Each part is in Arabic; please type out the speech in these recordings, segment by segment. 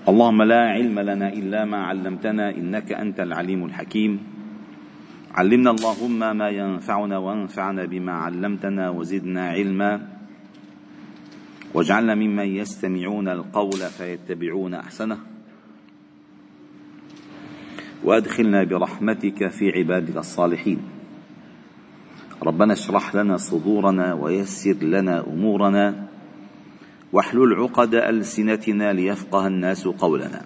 اللهم لا علم لنا إلا ما علمتنا إنك أنت العليم الحكيم. علمنا اللهم ما ينفعنا وانفعنا بما علمتنا وزدنا علما، واجعلنا ممن يستمعون القول فيتبعون أحسنه، وأدخلنا برحمتك في عبادك الصالحين. ربنا اشرح لنا صدورنا ويسر لنا أمورنا واحلل عقد ألسنتنا ليفقه الناس قولنا.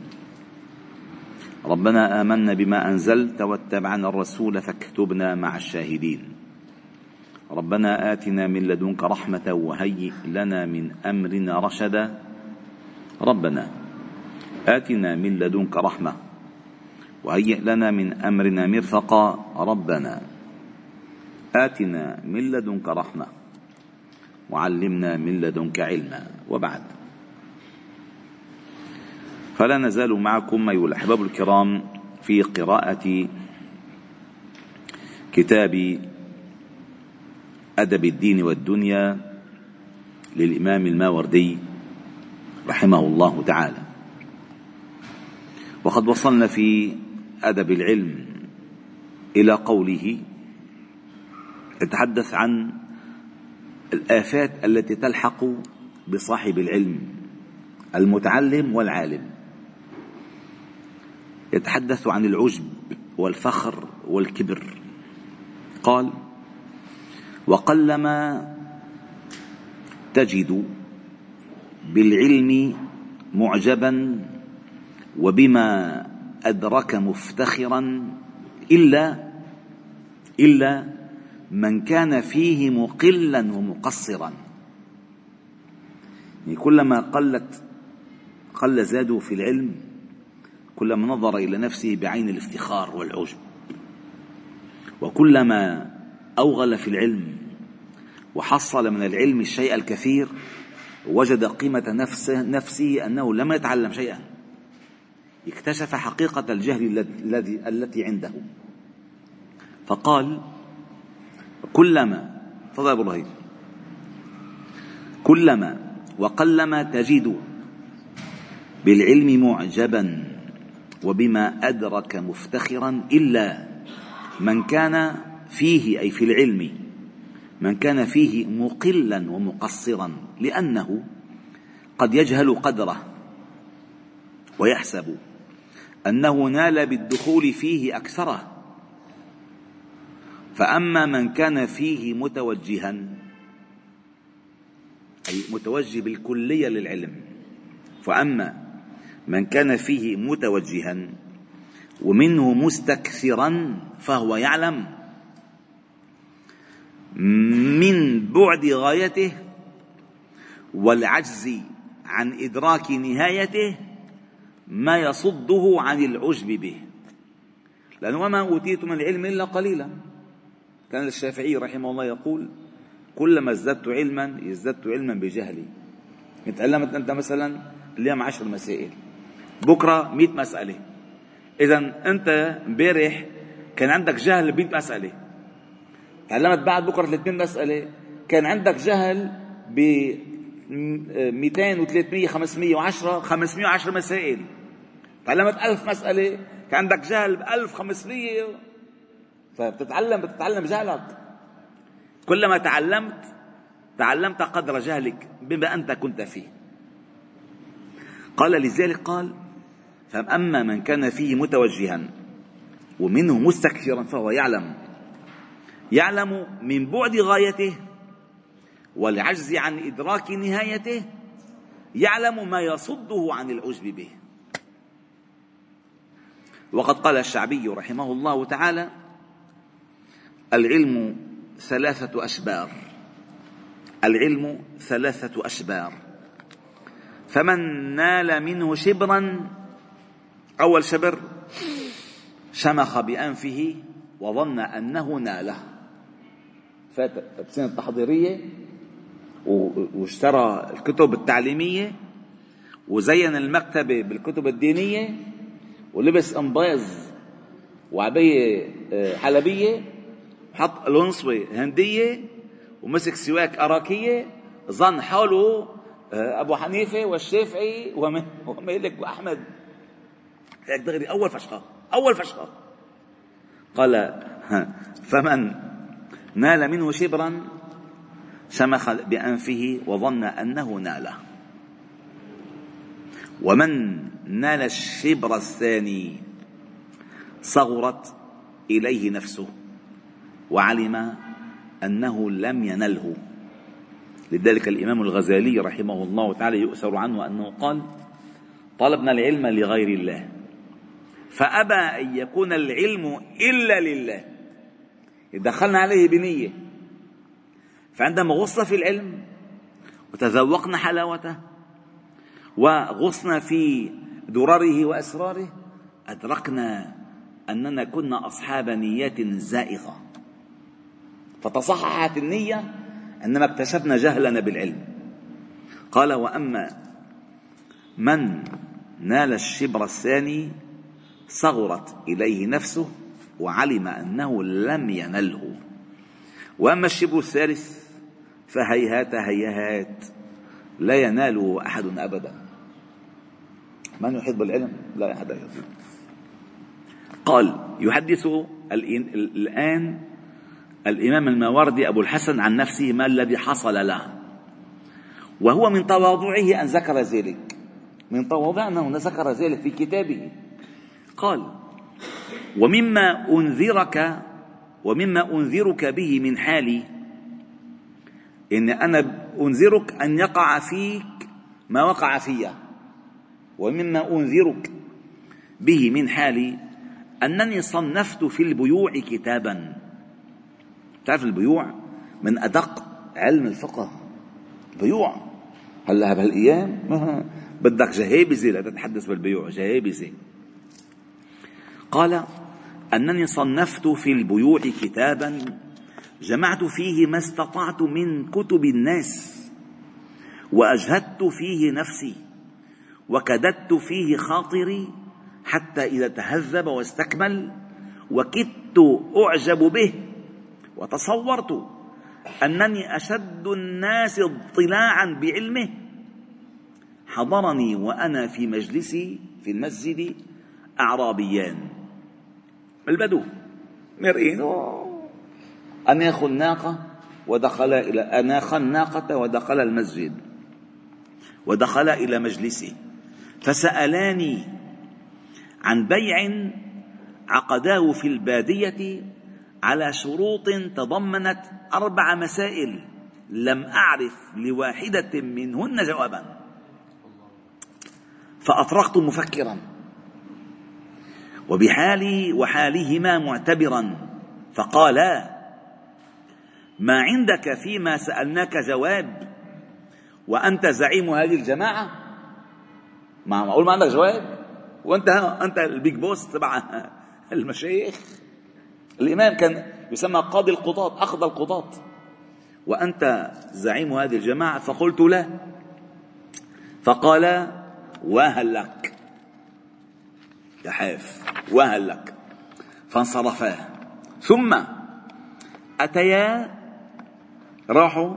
ربنا آمنا بما أنزلت واتبعنا الرسول فاكتبنا مع الشاهدين. ربنا آتنا من لدنك رحمة وهيئ لنا من أمرنا رشدا. ربنا آتنا من لدنك رحمة وهيئ لنا من أمرنا مرفقا. ربنا آتنا من لدنك رحمة وعلمنا من لدنك علما. وبعد، فلا نزال معكم أيها الأحباب الكرام في قراءة كتاب أدب الدين والدنيا للإمام الماوردي رحمه الله تعالى. وقد وصلنا في أدب العلم إلى قوله يتحدث عن الآفات التي تلحق بصاحب العلم المتعلم والعالم. يتحدث عن العجب والفخر والكبر. قال: وقلما تجد بالعلم معجبا وبما أدرك مفتخرا إلا من كان فيه مقلا ومقصرا. يعني كلما قل زاده في العلم كلما نظر إلى نفسه بعين الافتخار والعجب، وكلما أوغل في العلم وحصل من العلم الشيء الكثير وجد قيمة نفسه أنه لم يتعلم شيئا، اكتشف حقيقة الجهل التي عنده. فقال: كلما وقلما تجد بالعلم معجبا وبما أدرك مفتخرا إلا من كان فيه، أي في العلم، من كان فيه مقلا ومقصرا، لأنه قد يجهل قدره ويحسب أنه نال بالدخول فيه أكثره. فأما من كان فيه متوجها، أي متوجه بالكلية للعلم، فأما من كان فيه متوجها ومنه مستكثرا فهو يعلم من بعد غايته والعجز عن إدراك نهايته ما يصده عن العجب به. لأنه وما أوتيت من العلم إلا قليلا. كان الشافعي رحمه الله يقول: كلما ازددت علما بجهلي. تعلمت أنت مثلا اليوم 10 مسائل، بكرة 100 مسألة. إذن أنت امبارح كان عندك جهل ب100 مسألة، تعلمت بعد بكرة 300 مسألة، كان عندك جهل ب 200 و300 510 مسائل. تعلمت 1000 مسألة، كان عندك جهل ب1500. فبتتعلم جهلك. كلما تعلمت قدر جهلك بما أنت كنت فيه. قال: لذلك قال: فأما من كان فيه متوجها ومنه مستكثرا فهو يعلم من بعد غايته والعجز عن إدراك نهايته، يعلم ما يصده عن العجب به. وقد قال الشعبي رحمه الله تعالى: العلم 3 أشبار. العلم 3 أشبار، فمن نال منه شبرا، أول شبر شمخ بأنفه وظن أنه ناله. فات بسنة التحضيرية واشترى الكتب التعليمية وزين المكتبة بالكتب الدينية ولبس أنباز وعبية حلبية وحط لنصوة هندية ومسك سواك أراكية، ظن حاله أبو حنيفة والشافعي ومالك وأحمد. هيك دغري أول فشخة. قال فمن نال منه شبرا شمخ بأنفه وظن أنه ناله، ومن نال الشبر الثاني صغرت إليه نفسه وعلم أنه لم ينله. لذلك الإمام الغزالي رحمه الله تعالى يؤثر عنه أنه قال: طلبنا العلم لغير الله فأبى أن يكون العلم إلا لله. دخلنا عليه بنية، فعندما غصنا في العلم وتذوقنا حلاوته وغصنا في درره وأسراره أدركنا أننا كنا أصحاب نيات زائغة، فتصححت النية إنما اكتشفنا جهلنا بالعلم. قال: وأما من نال الشبر الثاني صغرت إليه نفسه وعلم أنه لم ينله، وأما الشبر الثالث فهيهات هيهات لا يناله أحد أبدا. من يحيط بالعلم لا أحد يحيط. قال: يحدث الآن الإمام الماوردي أبو الحسن عن نفسه ما الذي حصل له، وهو من تواضعه أن ذكر ذلك، من تواضعه أنه ذكر ذلك في كتابه. قال: ومما أنذرك به من حالي، إن أنا أنذرك أن يقع فيك ما وقع فيا، ومما أنذرك به من حالي أنني صنفت في البيوع كتابا. تعرف البيوع من أدق علم الفقه، بيوع. هلا بهالأيام بدك جهابزة لا تتحدث بالبيوع، جهابزة. قال: أنني صنفت في البيوع كتابا جمعت فيه ما استطعت من كتب الناس، وأجهدت فيه نفسي، وكددت فيه خاطري، حتى إذا تهذب واستكمل وكدت أعجب به، وتصورت أنني أشد الناس اطلاعا بعلمه، حضرني وأنا في مجلسي في المسجد أعرابيان البدو مرئين أناخ الناقة ودخل المسجد، ودخل إلى مجلسه فسألاني عن بيع عقداه في البادية على شروط تضمنت 4 مسائل لم أعرف لواحدة منهن جوابا، فأطرقت مفكرا وبحالي وحالهما معتبرا، فقالا: ما عندك فيما سألناك جواب وأنت زعيم هذه الجماعة؟ معقول ما عندك جواب وأنت البيج بوس تبع المشايخ؟ الإمام كان يسمى قاضي القضاة، أخذ القضاة، وأنت زعيم هذه الجماعة؟ فقلت لا. فقال: وهل لك يا حاف، وهل لك. فانصرفا، ثم أتيا راحوا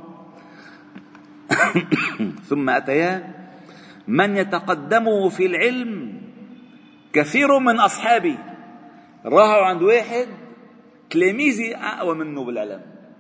ثم أتيا من يتقدمه في العلم كثير من أصحابي. راحوا عند واحد تلاميذي أقوى منه بالعلم،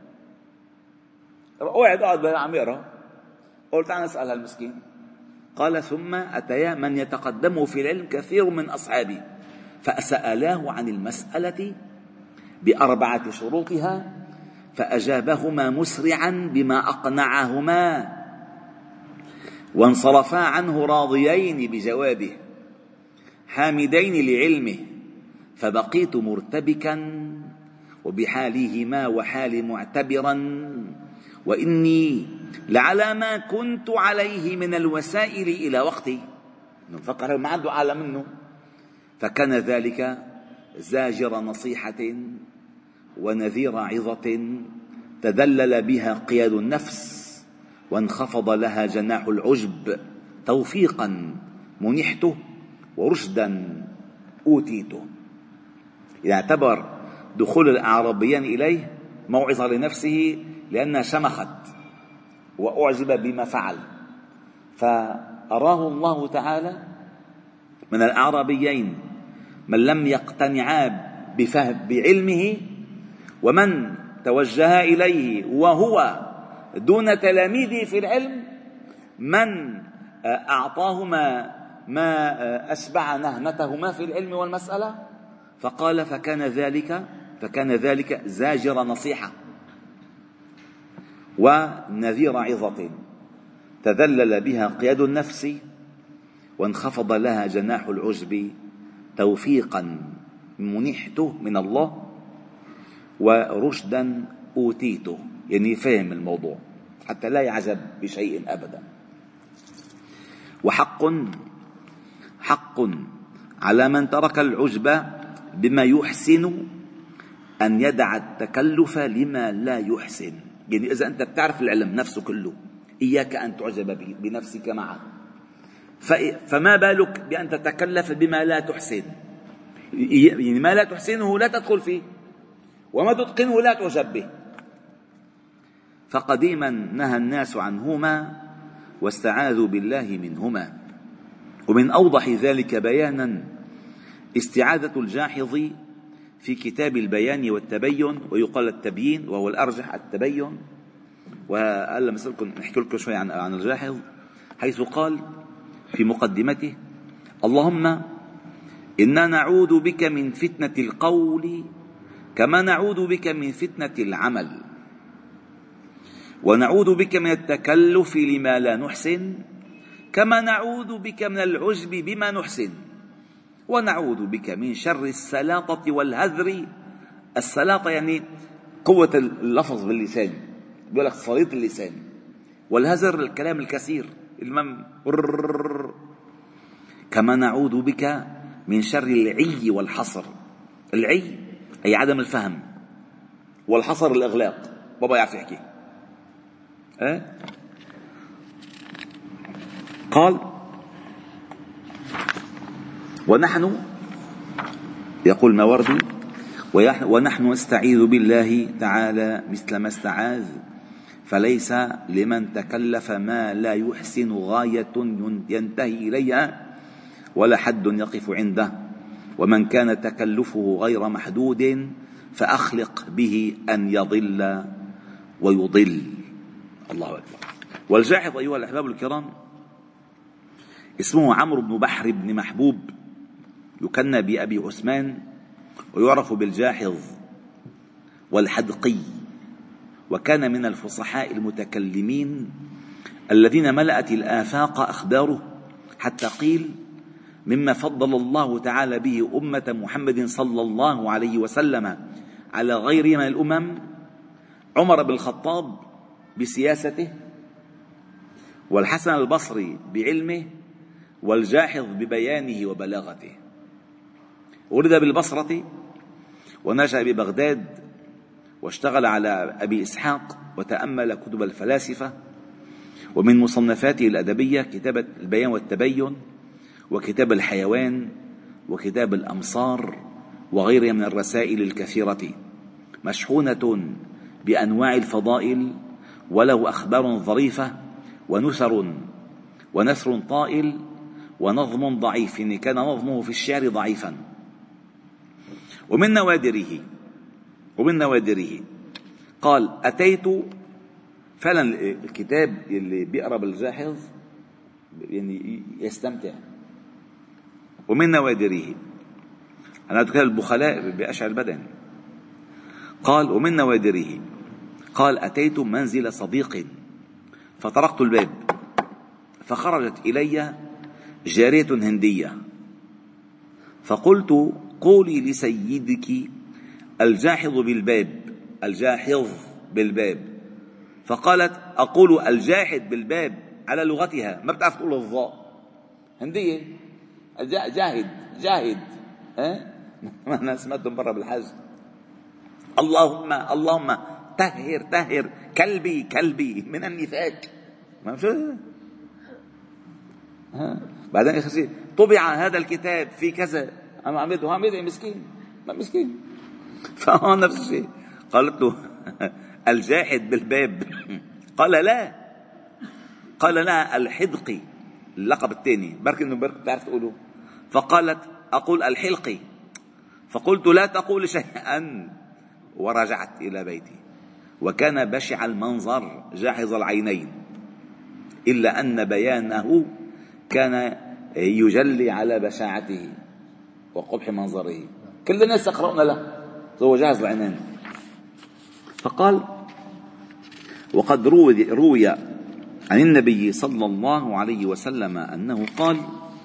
واحد قاعد عم يقرأ، قلت تعال نسأل هالمسكين. قال: ثم أتيا من يتقدمه في العلم كثير من أصحابي، فسألاه عن المسألة ب4 شروطها، فأجابهما مسرعا بما أقنعهما، وانصرفا عنه راضيين بجوابه حامدين لعلمه، فبقيت مرتبكا وبحالهما وحالي معتبرا، وإني لعلى ما كنت عليه من الوسائل إلى وقتي. نفكر ما عنده أعلى منه. فكان ذلك زاجر نصيحة ونذير عظة تذلل بها قياد النفس وانخفض لها جناح العجب، توفيقا منحته ورشدا أوتيته. إذا اعتبر دخول الأعرابيين إليه موعظة لنفسه لأنها شمخت وأعجب بما فعل، فأراه الله تعالى من الأعرابيين من لم يقتنعا بعلمه، ومن توجه إليه وهو دون تلاميذه في العلم، من أعطاهما ما أشبع نهمتهما في العلم والمسألة. فقال فكان ذلك زاجر نصيحة ونذير عظة تذلل بها قياد النفس، وانخفض لها جناح العجب توفيقا منحته من الله، ورشدا أوتيته، يعني فهم الموضوع حتى لا يعجب بشيء أبدا. وحق على من ترك العجب بما يحسن أن يدع التكلف لما لا يحسن. يعني إذا أنت بتعرف العلم نفسه كله، إياك أن تعجب بنفسك معه، فما بالك بأن تتكلف بما لا تحسن. يعني ما لا تحسنه لا تدخل فيه، وما تتقنه لا تعجب به. فقديما نهى الناس عنهما واستعاذوا بالله منهما. ومن أوضح ذلك بيانا استعاذة الجاحظ في كتاب البيان والتبين، ويقال التبيين وهو الأرجح التبين. وهلا مثلكم نحكي لكم شوي عن الجاحظ، حيث قال في مقدمته: اللهم إنا نعوذ بك من فتنة القول كما نعوذ بك من فتنة العمل، ونعوذ بك من التكلف لما لا نحسن كما نعوذ بك من العجب بما نحسن، ونعوذ بك من شر السلاطة والهذر. السلاطة يعني قوة اللفظ باللسان، بيقول لك صليط اللسان، والهذر الكلام الكثير كما نعوذ بك من شر العي والحصر. العي أي عدم الفهم، والحصر الإغلاق، بابا يعرف يحكي. قال: ونحن، يقول الماوردي، ونحن نستعيذ بالله تعالى مثل ما استعاذ، فليس لمن تكلف ما لا يحسن غاية ينتهي إليها ولا حد يقف عنده، ومن كان تكلفه غير محدود فأخلق به أن يضل ويضل. الله أكبر. والجاحظ أيها الأحباب الكرام اسمه عمرو بن بحر بن محبوب، يكنى بأبي عثمان، ويعرف بالجاحظ والحدقي، وكان من الفصحاء المتكلمين الذين ملأت الآفاق أخباره، حتى قيل مما فضل الله تعالى به أمة محمد صلى الله عليه وسلم على غيره من الأمم: عمر بن الخطاب بسياسته، والحسن البصري بعلمه، والجاحظ ببيانه وبلاغته. ولد بالبصرة ونشأ ببغداد، واشتغل على أبي إسحاق وتأمل كتب الفلاسفة. ومن مصنفاته الأدبية كتاب البيان والتبين، وكتاب الحيوان، وكتاب الأمصار، وغيرها من الرسائل الكثيرة، مشحونة بأنواع الفضائل، وله أخبار ظريفة ونثر طائل ونظم ضعيف، يعني كان نظمه في الشعر ضعيفا. ومن نوادره قال: أتيت، فعلا الكتاب اللي بيقرأ بالجاحظ يعني يستمتع. ومن نوادره، أنا أذكر البخلاء بأشعر البدن. قال: ومن نوادره قال: أتيت منزل صديق فطرقت الباب، فخرجت إلي جارية هندية، فقلت: قولي لسيدك الجاحظ بالباب. فقالت: أقول الجاحد بالباب على لغتها، ما بتعرف تقول الضاء، هندية، جاهد. أنا سمعتهم برا بالحج: اللهم طهر كلبي من النفاق. ما شو بعدين آخر شيء طبع هذا الكتاب في كذا، أنا عم يدعي مسكين. فهو نفس الشيء. قالت له: الجاحد بالباب. قال: لا، قال لا الحدقي، اللقب الثاني، بركي انه بتعرف تقوله. فقالت أقول الحلقي، فقلت لا تقول شيئا، ورجعت إلى بيتي. وكان بشع المنظر جاحظ العينين، إلا أن بيانه كان يجلي على بشاعته وقبح منظره. كل الناس يقرؤون له، هو جاهز العينين. فقال وقد روي عن النبي صلى الله عليه وسلم أنه قال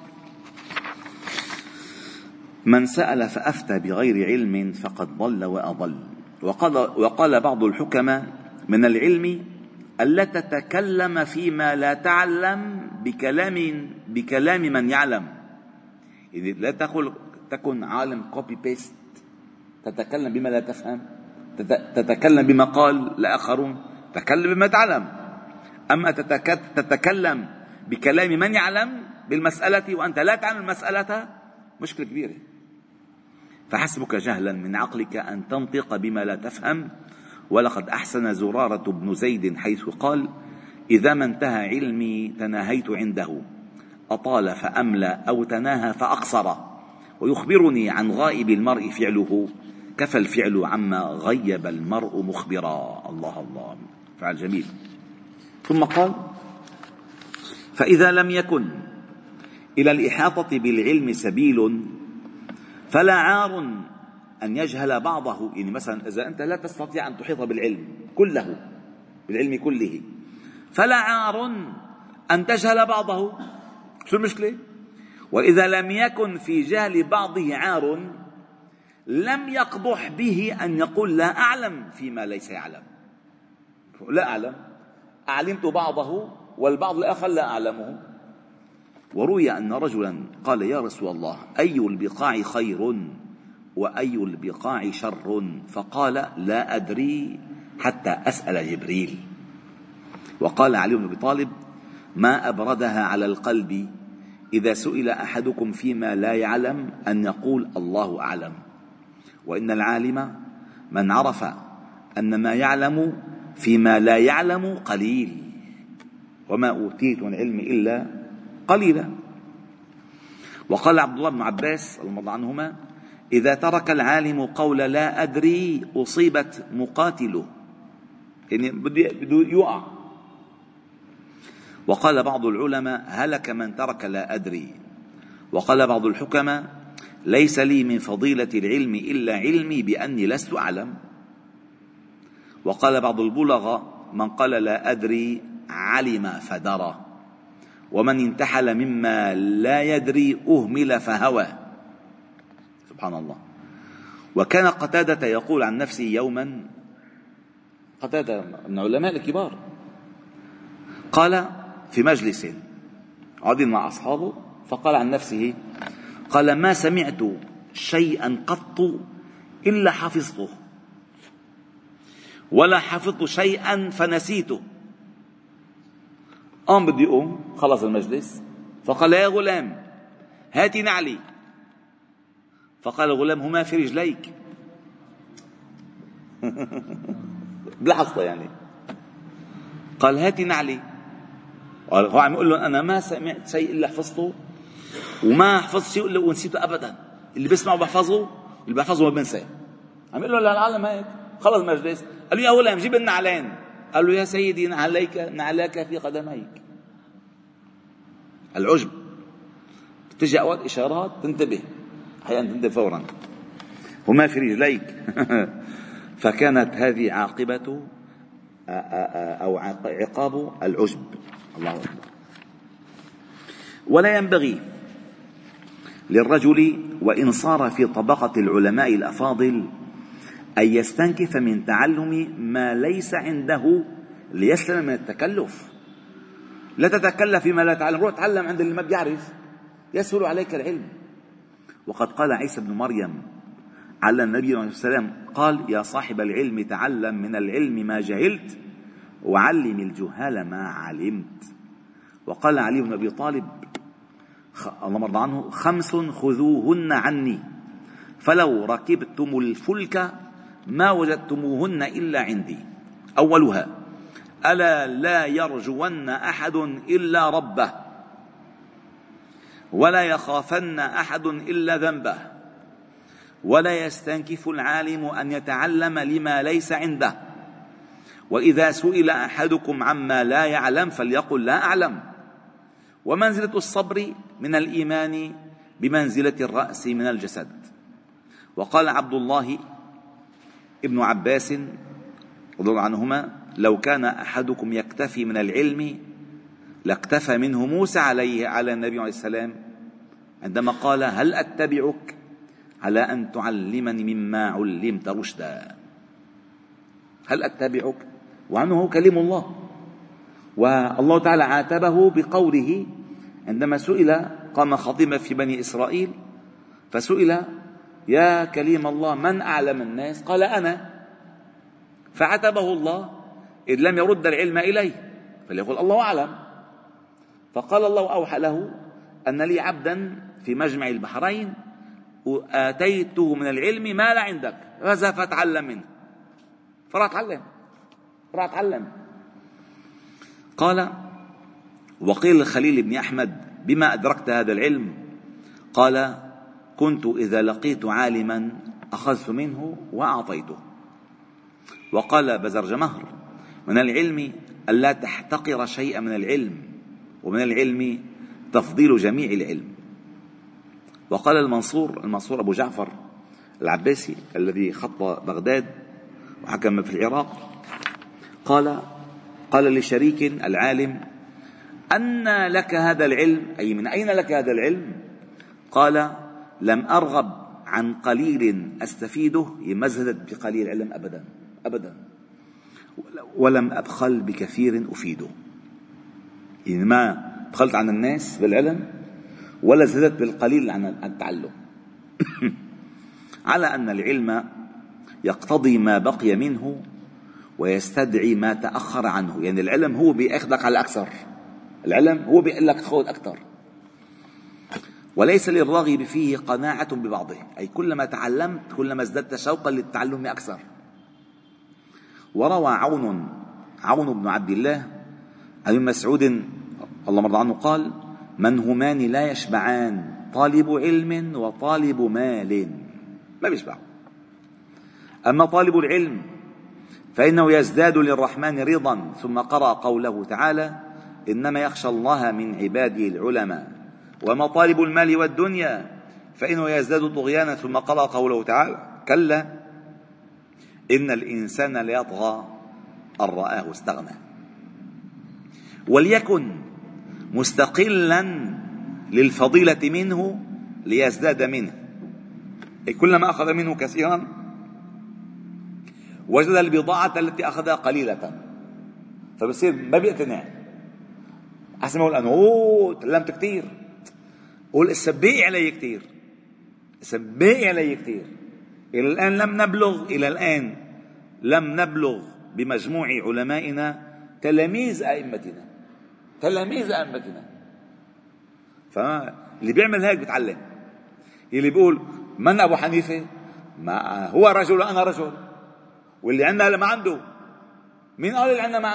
من سأل فأفتى بغير علم فقد ضل وأضل. وقال بعض الحكماء من العلم ألا تتكلم فيما لا تعلم بكلام من يعلم. يعني لا تكن عالم كوبي بيست، تتكلم بما لا تفهم، تتكلم بما قال الآخرون، تتكلم بما تعلم. أما تتكلم بكلام من يعلم بالمسألة وأنت لا تعلم المسألة، مشكلة كبيرة. فحسبك جهلا من عقلك أن تنطق بما لا تفهم. ولقد أحسن زرارة بن زيد حيث قال إذا ما انتهى علمي تناهيت عنده، أطال فأملى أو تناهى فأقصر، ويخبرني عن غائب المرء فعله كفى الفعل عما غيب المرء مخبرا. الله الله، فعل جميل. ثم قال فإذا لم يكن إلى الإحاطة بالعلم سبيل فلا عار أن يجهل بعضه. يعني مثلا إذا أنت لا تستطيع أن تحيط بالعلم كله، فلا عار أن تجهل بعضه. شو المشكلة؟ وإذا لم يكن في جهل بعضه عار لم يقبح به أن يقول لا أعلم فيما ليس يعلم. لا أعلم، أعلمت بعضه والبعض الآخر لا أعلمه. وروي أن رجلا قال يا رسول الله أي البقاع خير وأي البقاع شر؟ فقال لا أدري حتى أسأل جبريل. وقال علي بن أبي طالب ما أبردها على القلب إذا سئل أحدكم فيما لا يعلم أن يقول الله أعلم. وإن العالم من عرف أن ما يعلم فيما لا يعلم قليل، وما أوتيت من العلم إلا قليلا. وقال عبد الله بن عباس رضي الله عنهما إذا ترك العالم قول لا أدري أصيبت مقاتله، يعني بده يقع. وقال بعض العلماء هلك من ترك لا أدري. وقال بعض الحكماء ليس لي من فضيلة العلم إلا علمي بأني لست أعلم. وقال بعض البلغاء من قال لا أدري علم فدرى، ومن انتحل مما لا يدري أهمل فهوى. سبحان الله. وكان قتادة يقول عن نفسه يوما، قتادة من علماء الكبار، قال في مجلس قاعدين مع أصحابه فقال عن نفسه قال ما سمعت شيئا قط إلا حفظته، ولا حفظت شيئا فنسيته. بدي يقوم خلص المجلس، فقال يا غلام هاتي نعلي. فقال الغلام هما في رجليك. بلحظة يعني. قال هاتي نعلي. هو عم يقول له أنا ما سمعت شيء إلا حفظته، وما حفظت شيء إلا ونسيته أبدا. اللي بسمعه بحفظه، اللي بحفظه ما بنساه. عم يقول له للعالم هيك. خلص المجلس، قال له يا غلام جيب النعلين. قال له يا سيدي نعلاك في قدميك. العجب تجي أوقات إشارات تنتبه، أحيانا تنتبه فورا. هما في رجليك. فكانت هذه عاقبة أو عقاب العجب. الله أكبر. ولا ينبغي للرجل وإن صار في طبقة العلماء الأفاضل أن يستنكف من تعلم ما ليس عنده ليسلم من التكلف. لا تتكلف فيما لا تعلم، روح تعلم عند اللي ما بيعرف يسهل عليك العلم. وقد قال عيسى بن مريم على النبي عليه السلام قال يا صاحب العلم تعلم من العلم ما جهلت وعلم الجهال ما علمت. وقال علي بن أبي طالب اللهم ارضى عنه 5 خذوهن عني فلو ركبتم الفلك ما وجدتموهن إلا عندي. أولها ألا لا يرجون أحد إلا ربه، ولا يخافن أحد إلا ذنبه، ولا يستنكف العالم أن يتعلم لما ليس عنده، وإذا سئل أحدكم عما لا يعلم فليقل لا أعلم. ومنزلة الصبر من الإيمان بمنزلة الرأس من الجسد. وقال عبد الله ابن عباس رضي الله عنهما: لو كان أحدكم يكتفي من العلم لاكتفى منه موسى على النبي عليه السلام عندما قال: هل أتبعك على أن تعلمني مما علمت رشدا. هل أتبعك، وعنه كلم الله، والله تعالى عاتبه بقوله عندما سئل، قام خطيبا في بني إسرائيل فسئل: يا كليم الله من أعلم الناس؟ قال: أنا. فعاتبه الله إذ لم يرد العلم إليه، فليقول الله أعلم. فقال الله أوحى له أن لي عبدا في مجمع البحرين وآتيته من العلم ما لا عندك، فذهب فتعلم منه. فراح اتعلم. قال: وقيل الخليل بن أحمد: بما أدركت هذا العلم؟ قال: كنت إذا لقيت عالما أخذت منه وأعطيته. وقال بزرجمهر: من العلم ألا تحتقر شيئا من العلم، ومن العلم تفضيل جميع العلم. وقال المنصور أبو جعفر العباسي الذي خط بغداد وحكم في العراق، قال لشريك العالم: أن لك هذا العلم؟ أي من أين لك هذا العلم؟ قال: لم أرغب عن قليل أستفيده، ما زهدت بقليل العلم أبدا، ولم أبخل بكثير أفيده. يعني ما بخلت عن الناس بالعلم ولا زهدت بالقليل عن التعلم. على أن العلم يقتضي ما بقي منه ويستدعي ما تأخر عنه. يعني العلم هو بيأخذك على الأكثر، العلم هو بيقول لك خذ أكثر، وليس للراغب فيه قناعة ببعضه. أي كلما تعلمت كلما ازددت شوقا للتعلم أكثر. وروى عون بن عبد الله عن ابن مسعود الله مرضى عنه قال: من همان لا يشبعان، طالب علم وطالب مال. ما بيشبع. أما طالب العلم فإنه يزداد للرحمن رضا. ثم قرأ قوله تعالى: إنما يخشى الله من عباده العلماء. وما طالب المال والدنيا فإنه يزداد طغيانا. ثم قرأ قوله تعالى: كلا إن الإنسان ليطغى أن رآه استغنى. وليكن مستقلا للفضيلة منه ليزداد منه. كلما أخذ منه كثيرا وجد البضاعة التي أخذها قليلة، فبصير ما بيقتنع. أحسن ما أقول أنا تعلمت كثير، قول السباقي علي كثير، إلى الآن لم نبلغ بمجموع علمائنا تلاميذ أئمتنا. فاللي بيعمل هيك بيتعلم. اللي بيقول من أبو حنيفة؟ ما هو رجل وأنا رجل، واللي عندنا ما عنده. مين قال اللي عندنا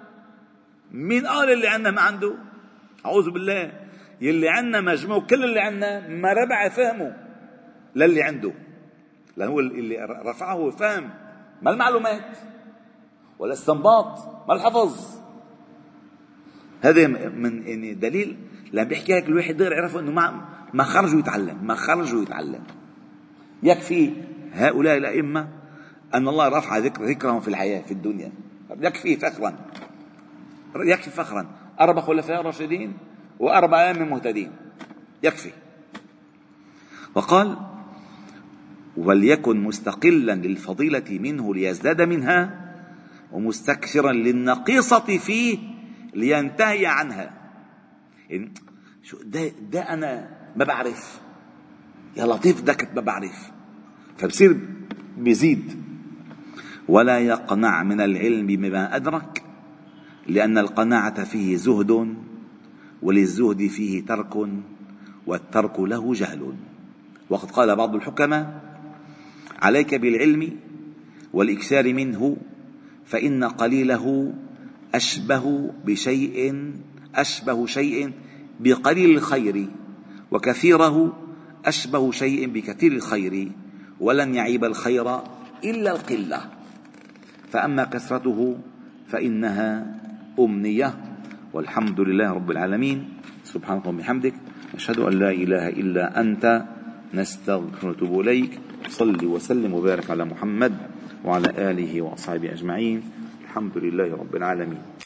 ما عنده؟ أعوذ بالله. يلي عندنا مجموع كل اللي عندنا ما ربع فهمه للي عنده، لأنه هو اللي رفعه فهم، ما المعلومات ولا استنباط، ما الحفظ. هذا من يعني دليل لما بيحكي هيك الواحد يقدر يعرف انه ما خرجوا يتعلم. يكفي هؤلاء الأئمة أن الله رفع ذكرهم في الحياة في الدنيا، يكفي فخرا 4 خلفاء راشدين و4 أئمة مهتدين، يكفي. وقال: وليكن مستقلا للفضيلة منه ليزداد منها، ومستكثرا للنقيصة فيه لينتهي عنها. يعني شو ده أنا ما بعرف، يا لطيف دكت ما بعرف، فبصير بيزيد. ولا يقنع من العلم بما أدرك، لأن القناعة فيه زهد، وللزهد فيه ترك، والترك له جهل. وقد قال بعض الحكماء: عليك بالعلم والإكثار منه، فإن قليله أشبه شيء بقليل الخير، وكثيره أشبه شيء بكثير الخير، ولن يعيب الخير إلا القلة، فأما كثرته فإنها أمنية. والحمد لله رب العالمين. سبحانك وبحمدك، نشهد أن لا إله إلا أنت، نستغفرك ونتوب إليك. صل وسلم وبارك على محمد وعلى آله وأصحابه أجمعين. الحمد لله رب العالمين.